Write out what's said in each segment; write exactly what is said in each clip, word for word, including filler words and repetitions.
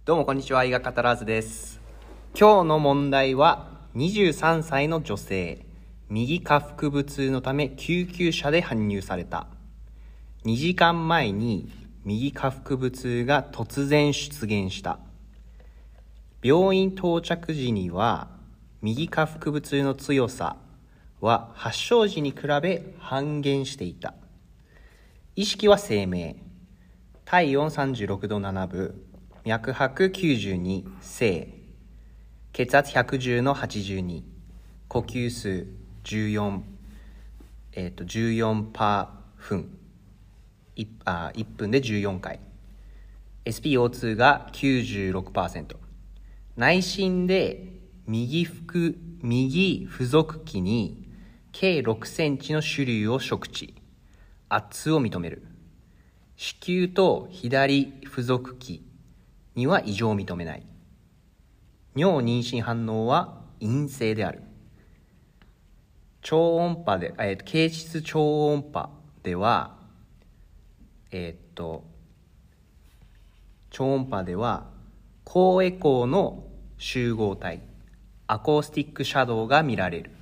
どうもこんにちは、医学語らずです。今日の問題はにじゅうさんさいの女性、右下腹部痛のため救急車で搬入された。にじかんまえに右下腹部痛が突然出現した。病院到着時には右下腹部痛の強さは発症時に比べ半減していた。意識は生命、体温さんじゅうろくどななぶ、脈拍きゅうじゅうに、正、血圧ひゃくじゅうのはちじゅうに、呼吸数じゅうよん、えっ、とじゅうよんパー分、い, あいっぷんでじゅうよんかい、エスピーオーツー が きゅうじゅうろくパーセント、内心で右腹右付属器に計ろくセンチの種類を触知、圧を認める。子宮と左付属器には異常を認めない。尿妊娠反応は陰性である。超音波で、えー、経腟超音波では、えー、っと超音波では高エコーの集合体、アコースティックシャドウが見られる。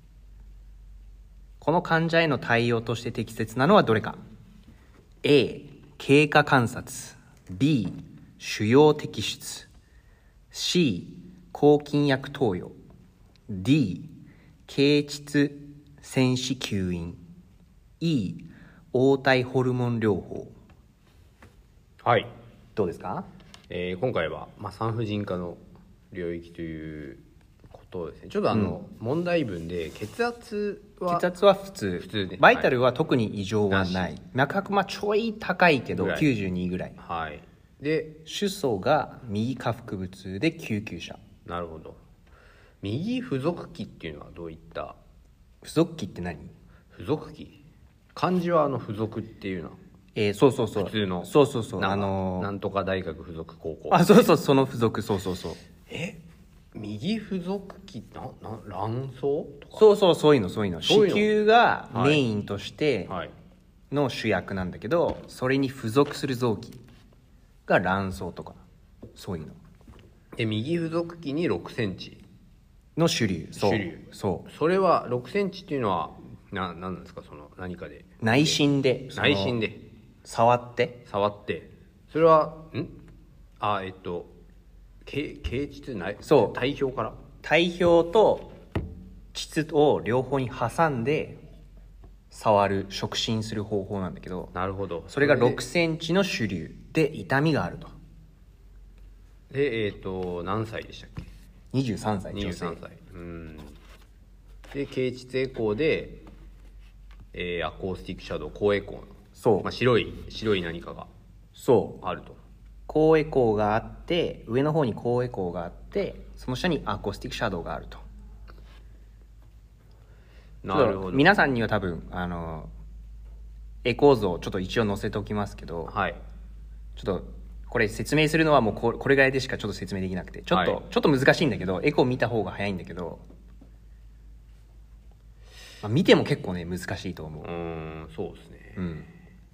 この患者への対応として適切なのはどれか。 A、 経過観察、 B、 腫瘍摘出、 C、 抗菌薬投与、 D、 経腟腺糸吸引、 E、 黄体ホルモン療法。 はい、 どうですか？ えー今回は、まあ、産婦人科の領域ということですね。ちょっとあの、うん、問題文で血圧は血圧は普通、 普通で、 バイタルは特に異常はない、 なし、 脈拍まあちょい高いけどきゅうじゅうにぐらい、 はい、で主訴が右下腹部痛で救急車。 なるほど。右付属器っていうのはどういった？ 付属器って何？ 付属器、漢字はあの付属っていうのは、 えー、そうそうそう、 普通の、 そうそうそう、 あのー、 なんとか大学附属高校、 あ、そうそう、その付属、そうそうそう。 え右付属器なな卵巣とか？ そうそう、そういうのそういうのそういうの子宮がメインとしてはいの主役なんだけど、それに付属する臓器が卵巣とかそういうので右付属器にろくセンチの主流。そう主流そうそれはろくセンチっていうのはな何なんですか？その何かで内心で内心で触って触って、それはんあえっと経経腟内、 そう体表から体表と腟を両方に挟んで触る触診する方法なんだけど、 なるほど。 それがろくセンチの主流で痛みがあると。 でえっと何歳でしたっけ？ にじゅうさんさい、 にじゅうさんさい。うんで経腟エコーで、えー、アコースティックシャドウ、高エコーのそう、 まあ、白い白い何かがそうあると。 高エコーがあって、上の方に高エコーがあって、その下にアコースティックシャドウがあると。 なるほど。 皆さんには多分あのエコー像ちょっと一応載せておきますけど、 はい、 ちょっとこれ説明するのはもうここれぐらいでしかちょっと説明できなくて、ちょっと、はい、ちょっと難しいんだけど、エコー見た方が早いんだけど、まあ、見ても結構ね難しいと思う。 うーん、そうですね。 うん。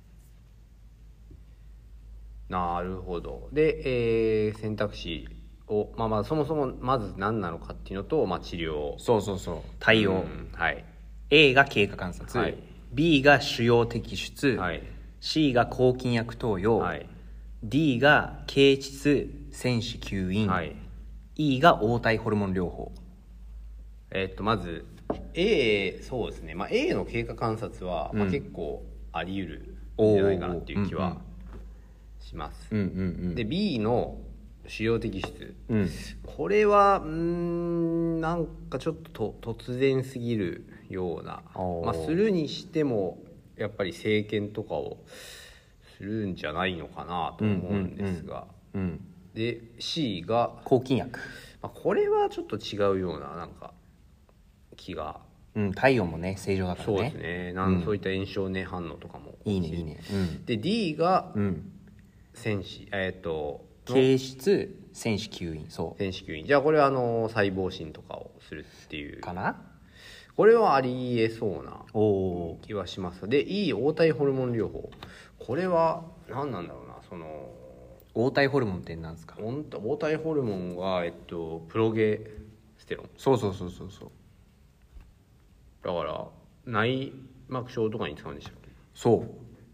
なるほど。で、えー、選択肢を、まあまあそもそもまず何なのかっていうのと、まあ、治療、 そうそうそう、対応、うん、はい、A が経過観察、はい、B が腫瘍摘出、はい、C が抗菌薬投与、はい、D が経腟腺糸吸引、はい、E が黄体ホルモン療法。 えー、っとまず A、 そうですね、まあ、A の経過観察は、うん、まあ、結構あり得るんじゃないかなっていう気はします、 うんうんうん、 で B の腫瘍摘出、 うん、 これはうーんなんかちょっと突然すぎるような、まあ、するにしてもやっぱり生検とかをするんじゃないのかなと思うんですが、 うんうんうん、 で C が抗菌薬、 まあ、これはちょっと違うようななんか気が、 うん、体温もね正常だからね。 そうですね、なん、うん、そういった炎症ね反応とかもいいねいいね、うん、 で D がうん腺糸、えっ、ー、と経腟腺糸吸引、そう腺糸吸引、じゃあこれはあの細胞診とかをするっていうかな。 これはありえそうな気はします。で E 黄体ホルモン療法、これは何なんだろうな、その黄体ホルモンって何ですか？ 黄黄体ホルモンは、えっと、プロゲステロン。 そうそうそうそうそう。 だから内膜症とかに使うんでしたっけ？ そう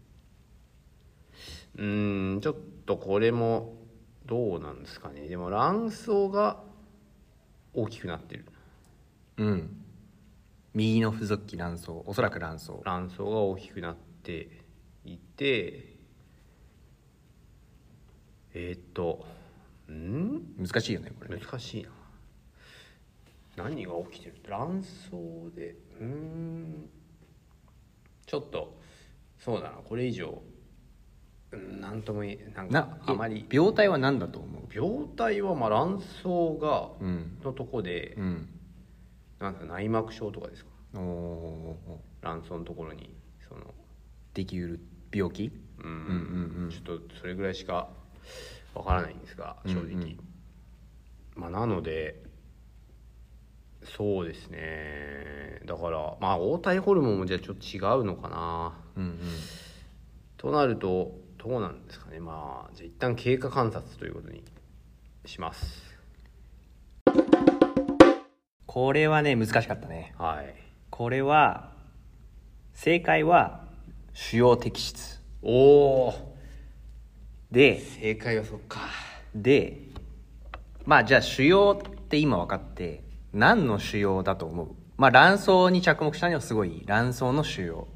うーんちょっとこれもどうなんですかね。でも卵巣が大きくなってる。 うん右の付属器卵巣、おそらく卵巣。 卵巣が大きくなっていて、えー、っとん難しいよねこれね。 難しいな。何が起きてる？卵巣でうーんちょっとそうだな、これ以上うんなんとも言えなんかなあまり。 病態は何だと思う？ 病態はまあ卵巣がうんのとこで、 うんなんか内膜症とかですか？ おー卵巣のところにそのできうる病気。 うんうんうんうんちょっとそれぐらいしかわからないんですが正直、 うんうんまあなのでそうですね。だからまあ黄体ホルモンもじゃあちょっと違うのかなうんうんとなるとどうなんですかね。まあじゃあ一旦経過観察ということにします。 これはね難しかったね。 はいこれは正解は腫瘍摘出おおで正解はそっか。 でまあじゃあ腫瘍って今分かって何の腫瘍だと思う？まあ卵巣に着目したのはすごい卵巣の腫瘍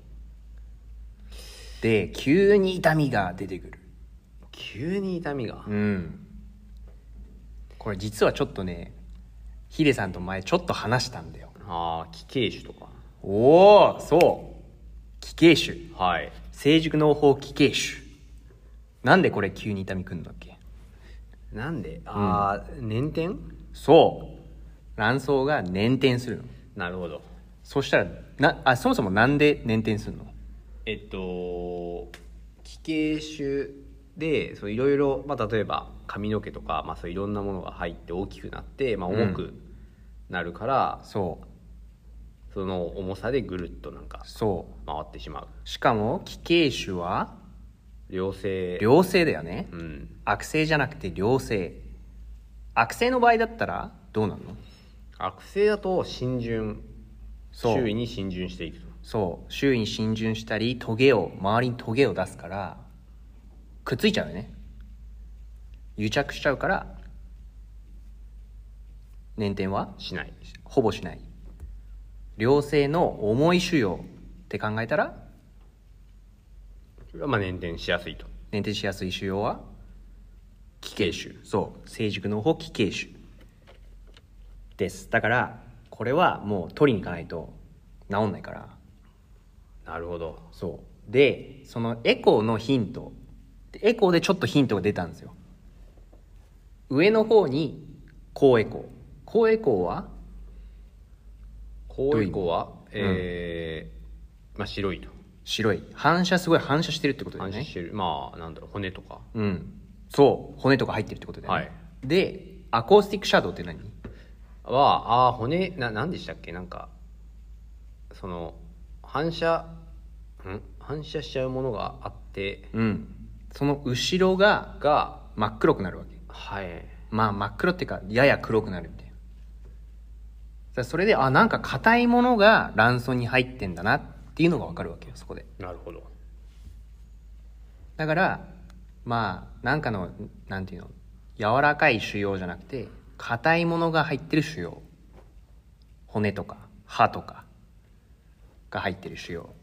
で急に痛みが出てくる。 急に痛みがうんこれ実はちょっとねヒデさんと前ちょっと話したんだよ。 ああ奇形腫とか。 おおそう奇形腫はい成熟脳胞奇形腫。なんでこれ急に痛みくんだっけ？ なんでああ、うん、捻転。 そう卵巣が捻転するの。 なるほど。 そしたらなあそもそもなんで捻転するの？ えっと奇形腫でそういろいろ、まあ、例えば髪の毛とか、まあ、そういろんなものが入って大きくなって、まあ、重くなるから、 うん、そうその重さでぐるっとなんかそう回ってしまう。 しかも奇形腫は良性良性だよね、 うん、 悪性じゃなくて良性。悪性の場合だったらどうなるの？ 悪性だと浸潤そう周囲に浸潤していくと。 そう周囲に浸潤したりトゲを周りにトゲを出すからくっついちゃうよね。癒着しちゃうから捻転はしない。 ほぼしない。良性の重い腫瘍って考えたらまあ捻転しやすいと。 捻転しやすい腫瘍は奇形腫。そう成熟の方奇形腫です。だからこれはもう取りに行かないと治んないから。 なるほど。 そうでそのエコーのヒントエコーでちょっとヒントが出たんですよ。上の方に高エコー高エコーは高エコーはえー、まあ白いと。 白い反射すごい反射してるってことだよね。 反射してる。まあなんだろう骨とか。 うんそう骨とか入ってるってことだよね、はい、でアコースティックシャドウって何はあ骨な何でしたっけ。なんかその反射ん反射しちゃうものがあって、 うん、その後ろがが真っ黒くなるわけ。 はいまあ真っ黒っていうかやや黒くなるみたいな。それであなんか硬いものが卵巣に入ってんだなっていうのが分かるわけよそこで。 なるほど。 だからまあなんかのなんていうの柔らかい腫瘍じゃなくて硬いものが入ってる腫瘍骨とか歯とかが入ってる腫瘍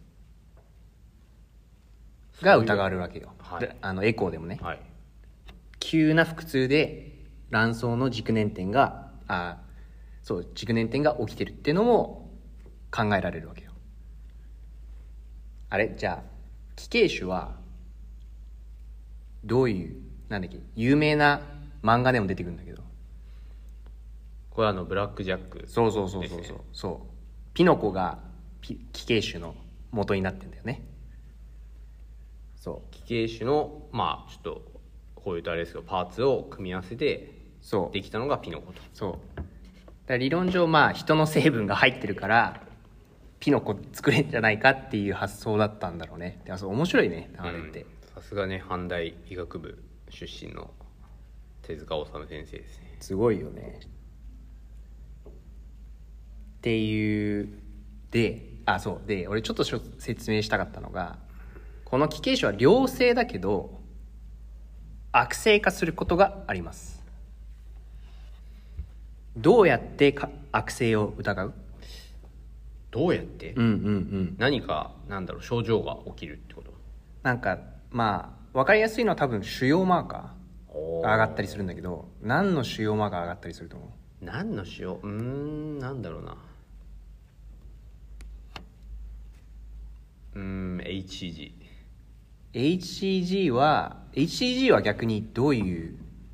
が疑われるわけよ。 はい、 であのエコーでもね、 はい、 急な腹痛で卵巣の軸捻転があそう軸捻転が起きてるっていうのも考えられるわけよ。あれじゃあ奇形腫はどういうなんだっけ有名な漫画でも出てくるんだけどこれはあのブラックジャック、 そうそうそうそうそうそうピノコがピ奇形腫の元になってんだよね。そう奇形腫のまあちょっとこういうとあれですけどパーツを組み合わせてそうできたのがピノコと。 そうだから理論上まあ人の成分が入ってるからピノコ作れんじゃないかっていう発想だったんだろうね。でもそう面白いね流れって。 さすがね阪大医学部出身の手塚治虫先生ですね。 すごいよね。っていうであそうで俺ちょっとしょ説明したかったのが、この奇形種は良性だけど悪性化することがあります。どうやってか悪性を疑う？ どうやって、 うんうんうん、 何かなんだろう症状が起きるってこと？ なんかまあ分かりやすいのは多分腫瘍マーカーが上がったりするんだけど、何の腫瘍マーカーが上がったりすると思う？ 何の腫瘍？うーんなんだろうなうーん エイチシージー。 エイチシージー は エイチシージー は逆にどういう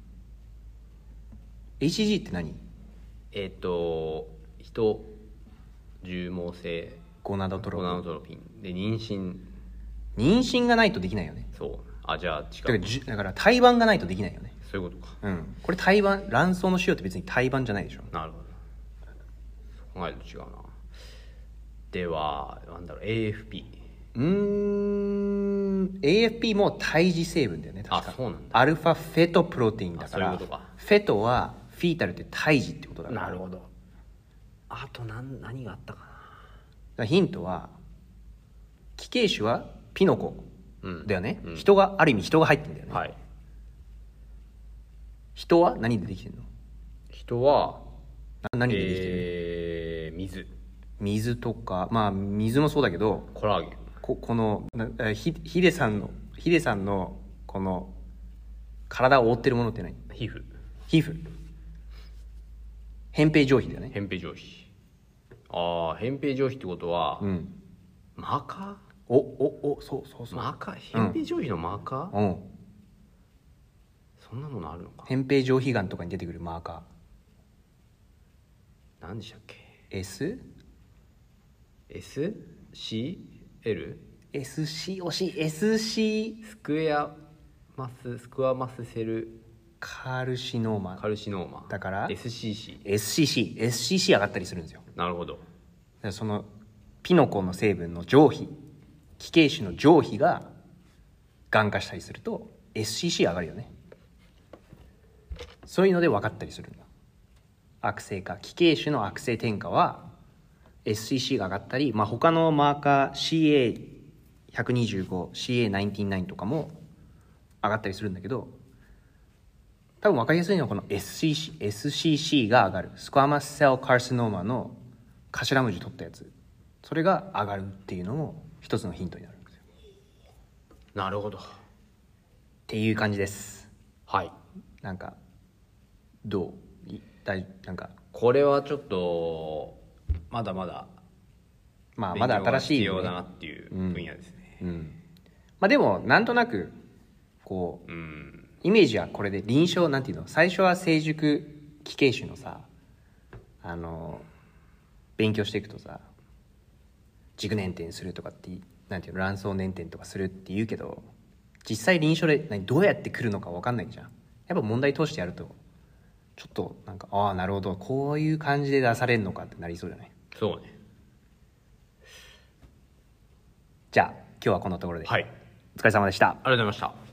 エイチシージー って何？ えっ、ー、と人重毛性ゴナドトロピン。 ゴナドトロピンで妊娠妊娠がないとできないよね。 そうあじゃあ違うだからじだから胎盤がないとできないよね。 そういうことか。 うんこれ胎盤卵巣の腫瘍って別に胎盤じゃないでしょ。 なるほどそう考えると違うな。ではなんだろう エーエフピー。 うーん エーエフピー も胎児成分だよね確か。 あそうなんだ。 アルファフェトプロテインだから。 そういうことか。 フェトはフィータルって胎児ってことだから。 なるほど。あと何何があったかな。だからヒントは奇形種はピノコだよね、 うんうん、 人がある意味人が入ってんだよね。 はい。 人は何でできてんの？ 人は何でできてる？ えー、水水とかまあ水もそうだけどコラーゲンこ, このなヒヒデさんのヒデさんのこの体を覆ってるものって何？ 皮膚皮膚扁平上皮だよね。 扁平上皮。ああ扁平上皮ってことは、 うん、 マーカーおおおそうそうそうマーカー扁平上皮のマーカー、 うん、 そんなものあるのか。 扁平上皮がんとかに出てくるマーカー何でしたっけ？ S？ エスシーエル？ エスシー 惜しい エスシースクエアマススクワマスセルカルシノーマカルシノーマだからエスシーシーエスシーシー エスシーシー 上がったりするんですよ。 なるほど。 だからそのピノコの成分の上皮奇形種の上皮ががん化したりすると エスシーシー 上がるよね。そういうので分かったりするんだ。悪性化奇形種の悪性転化は エスシーシー が上がったり、まあ、他のマーカー シーエーひゃくにじゅうご シーエーきゅうじゅうきゅう とかも上がったりするんだけど、多分分かりやすいのはこの エスシーシー、エスシーシー が上がるスクワマスセルカルシノーマの頭文字取ったやつ、それが上がるっていうのも一つのヒントになるんですよ。 なるほどっていう感じです。 はい。 なんかどうい大なんかこれはちょっとまだまだまあまだ新しい、ね、 必要だなっていう分野ですね。 うん、うん、まあでもなんとなくこう、 うん、 イメージはこれで臨床なんていうの、最初は成熟奇形種のさあの勉強していくとさ軸捻転するとかってなんていうの卵巣捻転とかするって言うけど、実際臨床で何どうやってくるのか分かんないじゃん。やっぱ問題通してやるとちょっとなんかああなるほどこういう感じで出されるのかってなりそうじゃない？ そうね。 じゃあ今日はこのところで、 はい、 お疲れ様でした。 ありがとうございました。